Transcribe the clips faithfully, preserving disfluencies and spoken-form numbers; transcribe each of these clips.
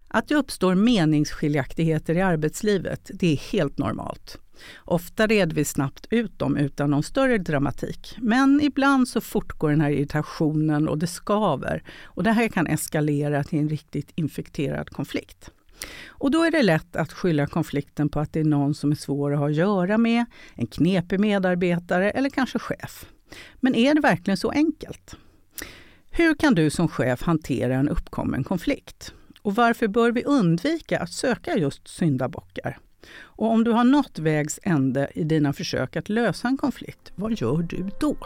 Att det uppstår meningsskiljaktigheter i arbetslivet, det är helt normalt. Ofta reder vi snabbt ut dem utan någon större dramatik. Men ibland så fortgår den här irritationen och det skaver. Och det här kan eskalera till en riktigt infekterad konflikt. Och då är det lätt att skylla konflikten på att det är någon som är svår att ha att göra med, en knepig medarbetare eller kanske chef. Men är det verkligen så enkelt? Hur kan du som chef hantera en uppkommen konflikt? Och varför bör vi undvika att söka just syndabockar? Och om du har nått vägs ände i dina försök att lösa en konflikt, vad gör du då?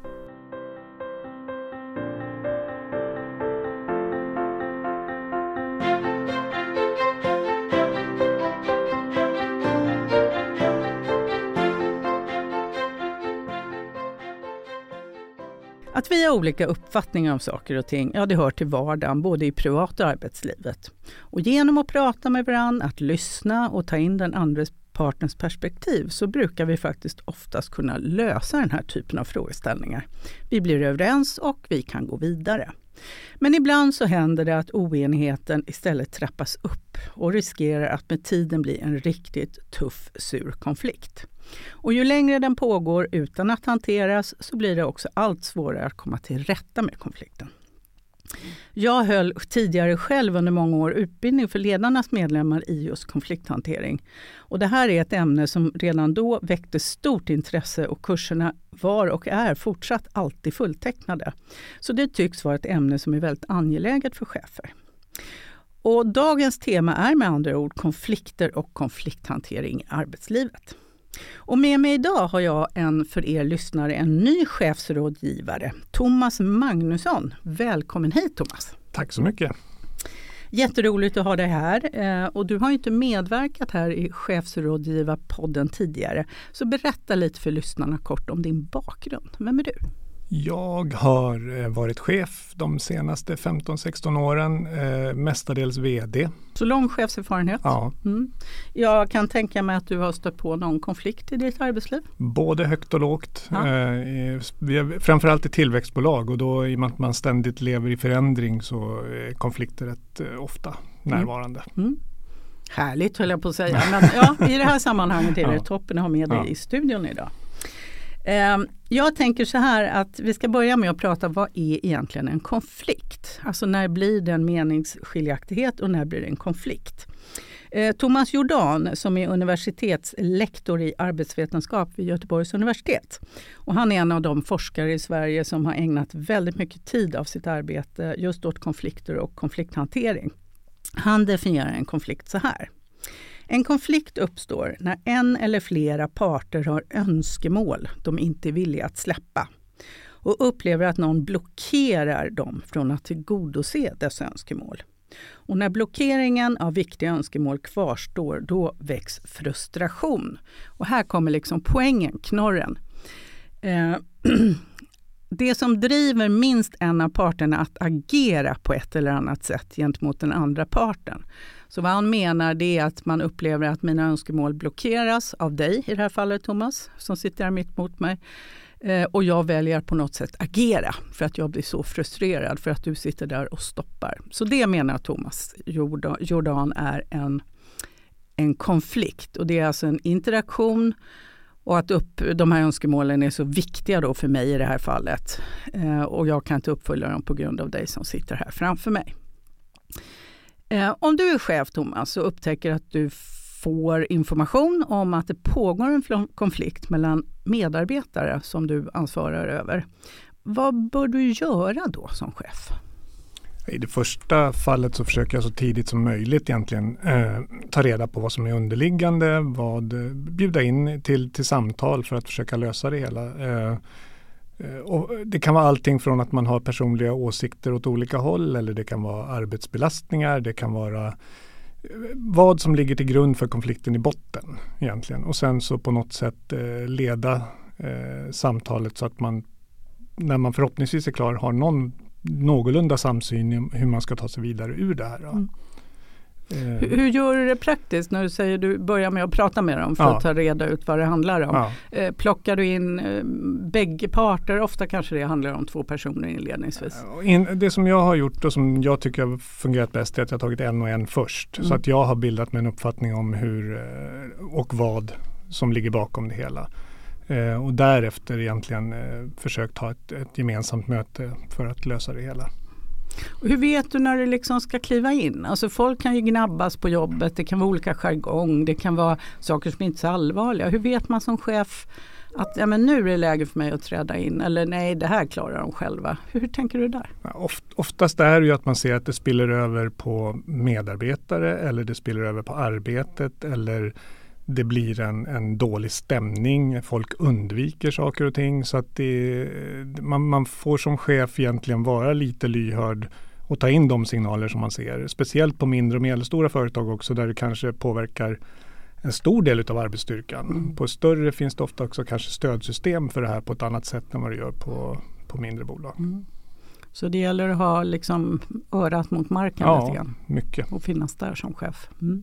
Att vi har olika uppfattningar om saker och ting, ja det hör till vardagen både i privat och arbetslivet. Och genom att prata med varandra, att lyssna och ta in den andra partners perspektiv så brukar vi faktiskt oftast kunna lösa den här typen av frågeställningar. Vi blir överens och vi kan gå vidare. Men ibland så händer det att oenigheten istället trappas upp och riskerar att med tiden bli en riktigt tuff, sur konflikt. Och ju längre den pågår utan att hanteras så blir det också allt svårare att komma till rätta med konflikten. Jag höll tidigare själv under många år utbildning för ledarnas medlemmar i just konflikthantering. Och det här är ett ämne som redan då väckte stort intresse och kurserna var och är fortsatt alltid fulltecknade. Så det tycks vara ett ämne som är väldigt angeläget för chefer. Och dagens tema är med andra ord konflikter och konflikthantering i arbetslivet. Och med mig idag har jag en för er lyssnare en ny chefsrådgivare, Thomas Magnusson. Välkommen hit Thomas. Tack så mycket. Jätteroligt att ha dig här och du har ju inte medverkat här i chefsrådgivarpodden tidigare. Så berätta lite för lyssnarna kort om din bakgrund. Vem är du? Jag har varit chef de senaste femton sexton åren, eh, mestadels vd. Så lång chefserfarenhet? Ja. Mm. Jag kan tänka mig att du har stött på någon konflikt i ditt arbetsliv? Både högt och lågt. Ja. Eh, vi är, framförallt i tillväxtbolag och då i och med att man ständigt lever i förändring så är konflikter rätt eh, ofta närvarande. Mm. Mm. Härligt höll jag på att säga. Men ja, i det här sammanhanget är det ja. toppen att ha med dig ja. i studion idag. Jag tänker så här att vi ska börja med att prata vad är egentligen en konflikt? Alltså när blir det en meningsskiljaktighet och när blir det en konflikt? Thomas Jordan som är universitetslektor i arbetsvetenskap vid Göteborgs universitet. Och han är en av de forskare i Sverige som har ägnat väldigt mycket tid av sitt arbete just åt konflikter och konflikthantering. Han definierar en konflikt så här. En konflikt uppstår när en eller flera parter har önskemål de inte är villiga att släppa och upplever att någon blockerar dem från att tillgodose dessa önskemål. Och när blockeringen av viktiga önskemål kvarstår, då väcks frustration. Och här kommer liksom poängen, knorren. Eh, det som driver minst en av parterna att agera på ett eller annat sätt gentemot den andra parten. Så vad han menar det är att man upplever att mina önskemål blockeras av dig, i det här fallet Thomas, som sitter här mitt mot mig. Eh, och jag väljer på något sätt agera för att jag blir så frustrerad för att du sitter där och stoppar. Så det menar Thomas Jordan, Jordan är en, en konflikt. Och det är alltså en interaktion och att upp, de här önskemålen är så viktiga då för mig i det här fallet. Eh, och jag kan inte uppfylla dem på grund av dig som sitter här framför mig. Eh, om du är chef Thomas och upptäcker att du får information om att det pågår en fl- konflikt mellan medarbetare som du ansvarar över. Vad bör du göra då som chef? I det första fallet så försöker jag så tidigt som möjligt egentligen eh, ta reda på vad som är underliggande, vad, bjuda in till, till samtal för att försöka lösa det hela. Eh, och det kan vara allting från att man har personliga åsikter åt olika håll eller det kan vara arbetsbelastningar, det kan vara vad som ligger till grund för konflikten i botten egentligen. Och sen så på något sätt eh, leda eh, samtalet så att man när man förhoppningsvis är klar har någon någorlunda samsyn i hur man ska ta sig vidare ur det här. Mm. Hur, hur gör du det praktiskt när du säger du börjar med att prata med dem för ja. att ta reda ut vad det handlar om? Ja. Eh, plockar du in eh, bägge parter? Ofta kanske det handlar om två personer inledningsvis. In, det som jag har gjort och som jag tycker har fungerat bäst är att jag har tagit en och en först. Mm. Så att jag har bildat mig en uppfattning om hur och vad som ligger bakom det hela. Eh, och därefter egentligen eh, försökt ha ett, ett gemensamt möte för att lösa det hela. Och hur vet du när du liksom ska kliva in? Alltså folk kan ju gnabbas på jobbet, det kan vara olika jargong, det kan vara saker som inte är så allvarliga. Hur vet man som chef att ja, men nu är det läge för mig att träda in eller nej, det här klarar de själva? Hur, hur tänker du där? Ja, oft, oftast är det ju att man ser att det spiller över på medarbetare eller det spiller över på arbetet eller det blir en, en dålig stämning, folk undviker saker och ting så att det, man, man får som chef egentligen vara lite lyhörd och ta in de signaler som man ser. Speciellt på mindre och medelstora företag också där det kanske påverkar en stor del av arbetsstyrkan. Mm. På större finns det ofta också kanske stödsystem för det här på ett annat sätt än vad det gör på, på mindre bolag. Mm. Så det gäller att ha liksom örat mot marken ja, lite grann. Mycket. Och finnas där som chef. Mm.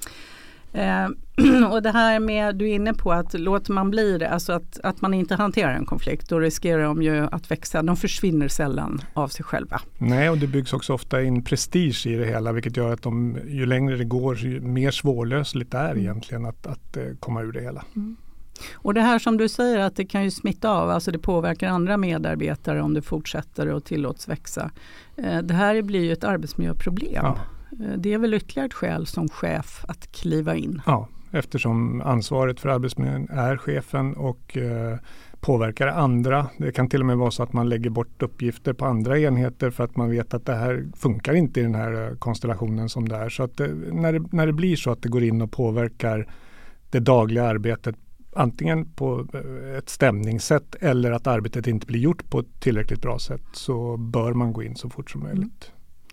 Eh, och det här med, du är inne på att låter man bli det, alltså att, att man inte hanterar en konflikt, då riskerar de ju att växa. De försvinner sällan av sig själva. Nej, och det byggs också ofta in prestige i det hela, vilket gör att de, ju längre det går, ju mer svårlösligt är egentligen att, att komma ur det hela. Mm. Och det här som du säger att det kan ju smitta av, alltså det påverkar andra medarbetare om det fortsätter och tillåts växa. Eh, det här blir ju ett arbetsmiljöproblem. Ja. Det är väl ytterligare ett skäl som chef att kliva in? Ja, eftersom ansvaret för arbetsmiljön är chefen och eh, påverkar andra. Det kan till och med vara så att man lägger bort uppgifter på andra enheter för att man vet att det här funkar inte i den här konstellationen som det är. Så att det, när, det, när det blir så att det går in och påverkar det dagliga arbetet antingen på ett stämningssätt eller att arbetet inte blir gjort på ett tillräckligt bra sätt så bör man gå in så fort som möjligt. Mm.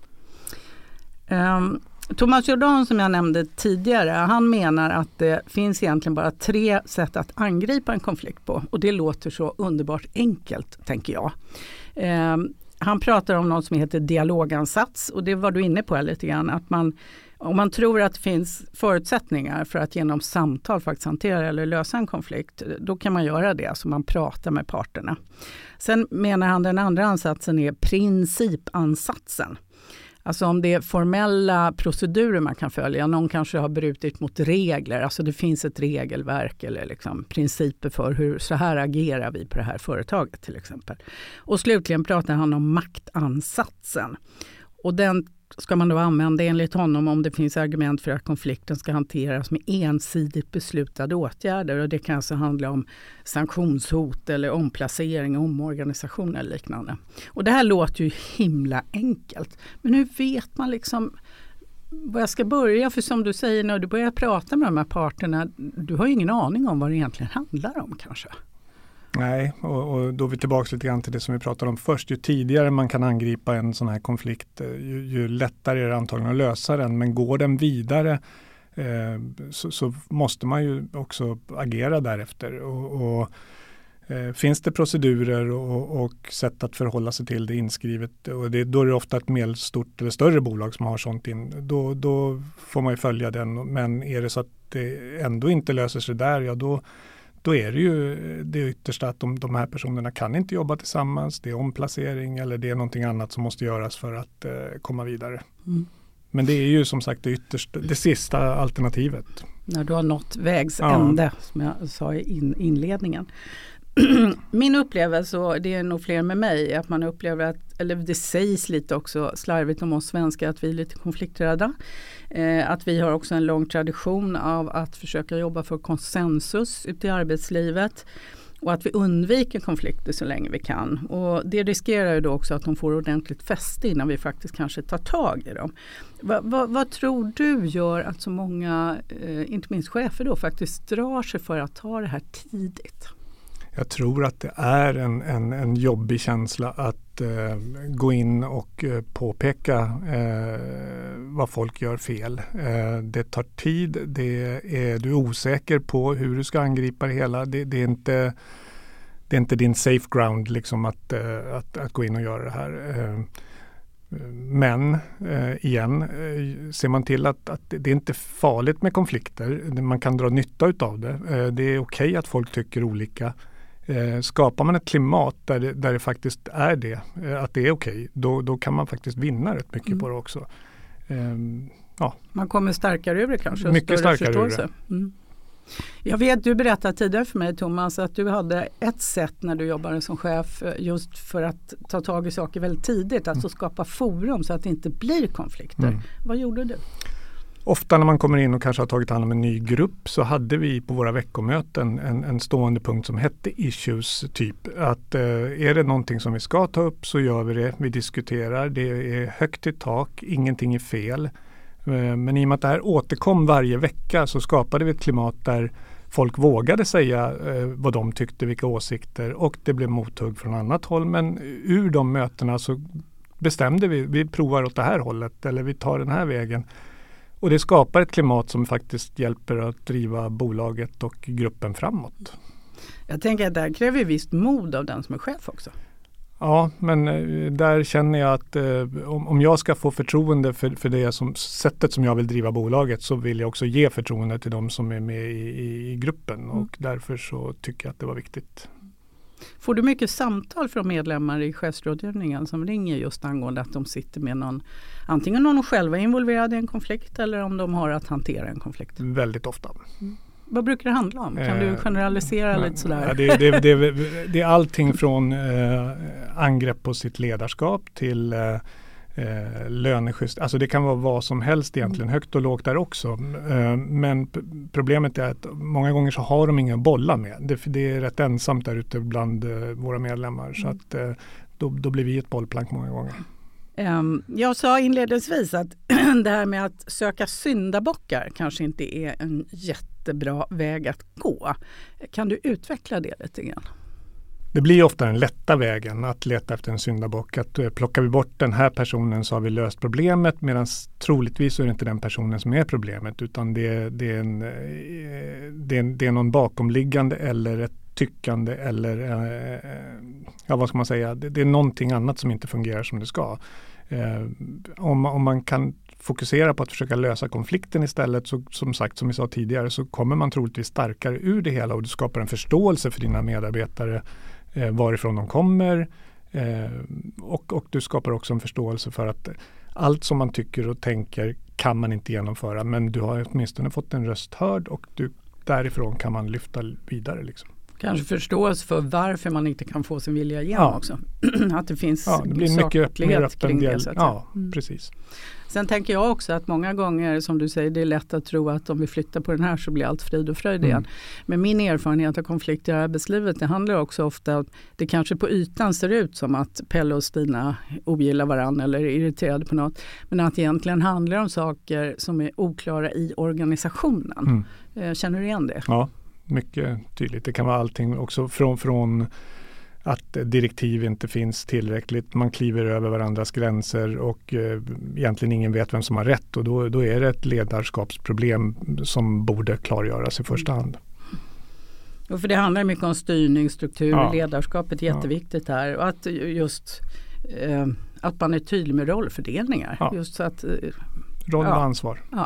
Um, Thomas Jordan som jag nämnde tidigare, han menar att det finns egentligen bara tre sätt att angripa en konflikt på och det låter så underbart enkelt, tänker jag. Um, han pratar om något som heter dialogansats och det var du inne på lite grann, att man, om man tror att det finns förutsättningar för att genom samtal faktiskt hantera eller lösa en konflikt, då kan man göra det, alltså man pratar med parterna. Sen menar han den andra ansatsen är principansatsen. Alltså om det är formella procedurer man kan följa, någon kanske har brutit mot regler, alltså det finns ett regelverk eller liksom principer för hur så här agerar vi på det här företaget till exempel. Och slutligen pratar han om maktansatsen och den ska man då använda enligt honom om det finns argument för att konflikten ska hanteras med ensidigt beslutade åtgärder och det kan alltså handla om sanktionshot eller omplacering, omorganisation eller liknande. Och det här låter ju himla enkelt, men hur vet man liksom vad jag ska börja? För som du säger när du börjar prata med de här parterna, du har ju ingen aning om vad det egentligen handlar om kanske. Nej, och, och då är vi tillbaka lite grann till det som vi pratade om först. Ju tidigare man kan angripa en sån här konflikt, ju, ju lättare är det antagligen att lösa den. Men går den vidare eh, så, så måste man ju också agera därefter. Och, och eh, finns det procedurer och, och sätt att förhålla sig till det inskrivet, och det, då är det ofta ett medelstort eller större bolag som har sånt in, då, då får man ju följa den. Men är det så att det ändå inte löser sig där, ja då Då är det ju det yttersta att de, de här personerna kan inte jobba tillsammans. Det är omplacering eller det är någonting annat som måste göras för att eh, komma vidare. Mm. Men det är ju som sagt det yttersta, det sista alternativet. När du har nått vägs ände, ja. Som jag sa i in, inledningen. Min upplevelse, och det är nog fler med mig, att man upplever att, eller det sägs lite också slarvigt om oss svenskar, att vi är lite konflikträdda. Eh, att vi har också en lång tradition av att försöka jobba för konsensus ute i arbetslivet. Och att vi undviker konflikter så länge vi kan. Och det riskerar ju då också att de får ordentligt fäste innan vi faktiskt kanske tar tag i dem. Va, va, vad tror du gör att så många, eh, inte minst chefer då, faktiskt drar sig för att ta det här tidigt? Jag tror att det är en, en, en jobbig känsla att eh, gå in och eh, påpeka eh, vad folk gör fel. Eh, det tar tid, det är, du är osäker på hur du ska angripa det hela. Det, det, är, inte, det är inte din safe ground liksom att, eh, att, att gå in och göra det här. Eh, Men eh, igen, eh, ser man till att, att det är inte farligt med konflikter. Man kan dra nytta utav det. Eh, det är okej att folk tycker olika. Eh, skapar man ett klimat där det, där det faktiskt är det, eh, att det är okej, då, då kan man faktiskt vinna rätt mycket mm. på det också. Eh, ja. Man kommer starkare ur det kanske? Mycket starkare ur det. Mm. Jag vet, du berättade tidigare för mig, Thomas, att du hade ett sätt när du jobbade som chef just för att ta tag i saker väldigt tidigt, alltså skapa forum så att det inte blir konflikter. Mm. Vad gjorde du? Ofta när man kommer in och kanske har tagit hand om en ny grupp så hade vi på våra veckomöten en, en stående punkt som hette issues typ. Att eh, är det någonting som vi ska ta upp så gör vi det. Vi diskuterar, det är högt i tak, ingenting är fel. Men i och med att det här återkom varje vecka så skapade vi ett klimat där folk vågade säga eh, vad de tyckte, vilka åsikter, och det blev mothugg från annat håll. Men ur de mötena så bestämde vi, vi provar åt det här hållet eller vi tar den här vägen. Och det skapar ett klimat som faktiskt hjälper att driva bolaget och gruppen framåt. Jag tänker att det här kräver visst mod av den som är chef också. Ja, men där känner jag att eh, om, om jag ska få förtroende för, för det som, sättet som jag vill driva bolaget, så vill jag också ge förtroende till de som är med i, i, i gruppen. Mm. Och därför så tycker jag att det var viktigt. Får du mycket samtal från medlemmar i chefsrådgivningen som ringer just angående att de sitter med någon, antingen om de själva är involverade i en konflikt eller om de har att hantera en konflikt? Väldigt ofta. Mm. Vad brukar det handla om? Kan du generalisera eh, lite sådär? Ja, det, det, det, det är allting från eh, angrepp på sitt ledarskap till eh, eh, löneschysst. Alltså det kan vara vad som helst egentligen, mm. högt och lågt där också. Eh, men p- problemet är att många gånger så har de inga bollar med. Det, det är rätt ensamt där ute bland eh, våra medlemmar. Mm. Så att eh, då, då blir vi ett bollplank många gånger. Um, jag sa inledningsvis att det här med att söka syndabockar kanske inte är en jättebra väg att gå. Kan du utveckla det lite grann? Det blir ofta den lätta vägen att leta efter en syndabock. Att uh, plockar vi bort den här personen så har vi löst problemet, medan troligtvis är det inte den personen som är problemet, utan det, det, är, en, uh, det, är, det är någon bakomliggande eller ett tyckande eller uh, ja, vad ska man säga, det, det är någonting annat som inte fungerar som det ska. Uh, om, om man kan fokusera på att försöka lösa konflikten istället, så som sagt, som vi sa tidigare, så kommer man troligtvis starkare ur det hela och du skapar en förståelse för dina medarbetare eh, varifrån de kommer eh, och, och du skapar också en förståelse för att allt som man tycker och tänker kan man inte genomföra, men du har åtminstone fått en röst hörd och du, därifrån kan man lyfta vidare liksom. Kanske förståelse för varför man inte kan få sin vilja igenom ja. också. Att det finns ja, det blir mycket mer öppen det, del. Ja, mm. precis. Sen tänker jag också att många gånger, som du säger, det är lätt att tro att om vi flyttar på den här så blir allt frid och fröjd igen. Mm. Men min erfarenhet av konflikter i arbetslivet, det handlar också ofta om att det kanske på ytan ser ut som att Pelle och Stina ogillar varandra eller är irriterade på något. Men att det egentligen handlar om saker som är oklara i organisationen. Mm. Känner du igen det? Ja. Mycket tydligt. Det kan vara allting också från, från att direktiv inte finns tillräckligt. Man kliver över varandras gränser och eh, egentligen ingen vet vem som har rätt. Och då, då är det ett ledarskapsproblem som borde klargöras i första hand. Och för det handlar mycket om styrning, struktur, ja. ledarskapet är jätteviktigt här. Och att just eh, att man är tydlig med rollfördelningar. Ja. Just så att, eh, Roll och ja. ansvar. Ja.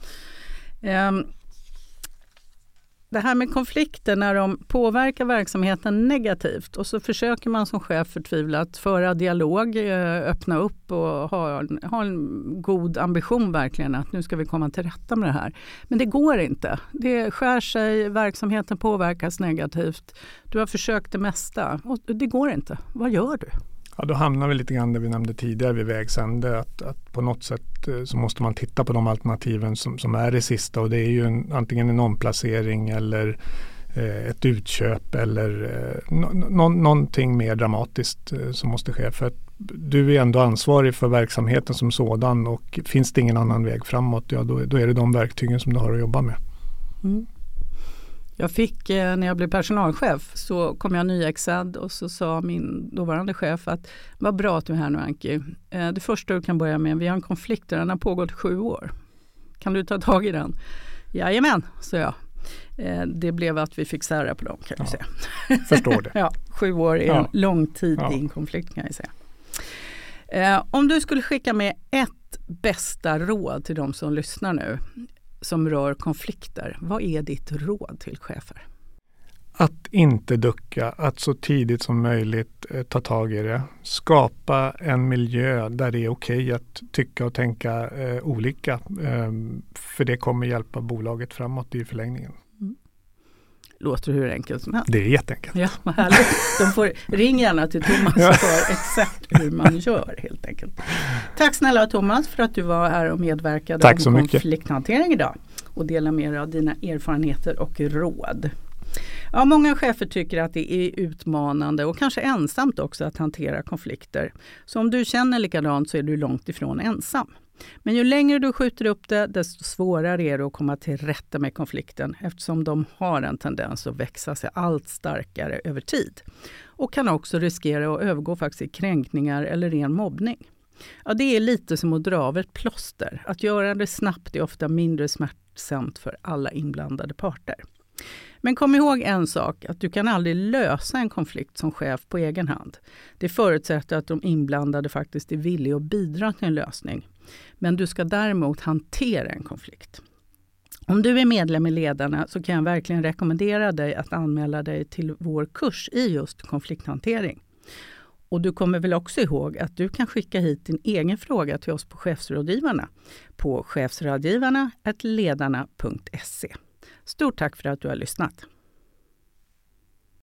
Um, Det här med konflikter när de påverkar verksamheten negativt och så försöker man som chef förtvivlat föra dialog, öppna upp och ha, ha en god ambition verkligen att nu ska vi komma till rätta med det här. Men det går inte. Det skär sig, verksamheten påverkas negativt. Du har försökt det mesta och det går inte. Vad gör du? Ja, då hamnar vi lite grann där vi nämnde tidigare vid vägs ände, att, att på något sätt så måste man titta på de alternativen som, som är det sista, och det är ju en, antingen en omplacering eller eh, ett utköp eller eh, no, no, någonting mer dramatiskt eh, som måste ske, för att du är ändå ansvarig för verksamheten som sådan, och finns det ingen annan väg framåt, ja då, då är det de verktygen som du har att jobba med. Mm. Jag fick, eh, när jag blev personalchef så kom jag nyexad och så sa min dåvarande chef att vad bra att du är här nu, Anki. Eh, det första du kan börja med, vi har en konflikt där den har pågått sju år. Kan du ta tag i den? Jajamän, så jag. Eh, det blev att vi fick sära på dem, kan jag ja, säga. Förstår det. Ja, sju år är ja. en lång tid ja. i en konflikt, kan jag säga. Eh, om du skulle skicka med ett bästa råd till de som lyssnar nu som rör konflikter, vad är ditt råd till chefer? Att inte ducka, att så tidigt som möjligt eh, ta tag i det. Skapa en miljö där det är okej att tycka och tänka eh, olika. Eh, för det kommer hjälpa bolaget framåt i förlängningen. Mm. Låter hur enkelt som helst. Det är jätteenkelt. Ja, vad härligt. De får ring gärna till Thomas Ja. för exakt hur man gör helt enkelt. Tack snälla Thomas för att du var här och medverkade Tack så om mycket. konflikthantering idag och delade med dig av dina erfarenheter och råd. Ja, många chefer tycker att det är utmanande och kanske ensamt också att hantera konflikter. Så om du känner likadant så är du långt ifrån ensam. Men ju längre du skjuter upp det, desto svårare är det att komma till rätta med konflikten eftersom de har en tendens att växa sig allt starkare över tid. Och kan också riskera att övergå faktiskt i kränkningar eller ren mobbning. Ja, det är lite som att dra av ett plåster. Att göra det snabbt är ofta mindre smärtsamt för alla inblandade parter. Men kom ihåg en sak, att du kan aldrig lösa en konflikt som chef på egen hand. Det förutsätter att de inblandade faktiskt är villiga att bidra till en lösning. Men du ska däremot hantera en konflikt. Om du är medlem i Ledarna så kan jag verkligen rekommendera dig att anmäla dig till vår kurs i just konflikthantering. Och du kommer väl också ihåg att du kan skicka hit din egen fråga till oss på Chefsrådgivarna på chefsrådgivarna snabel-a ledarna punkt se. Stort tack för att du har lyssnat.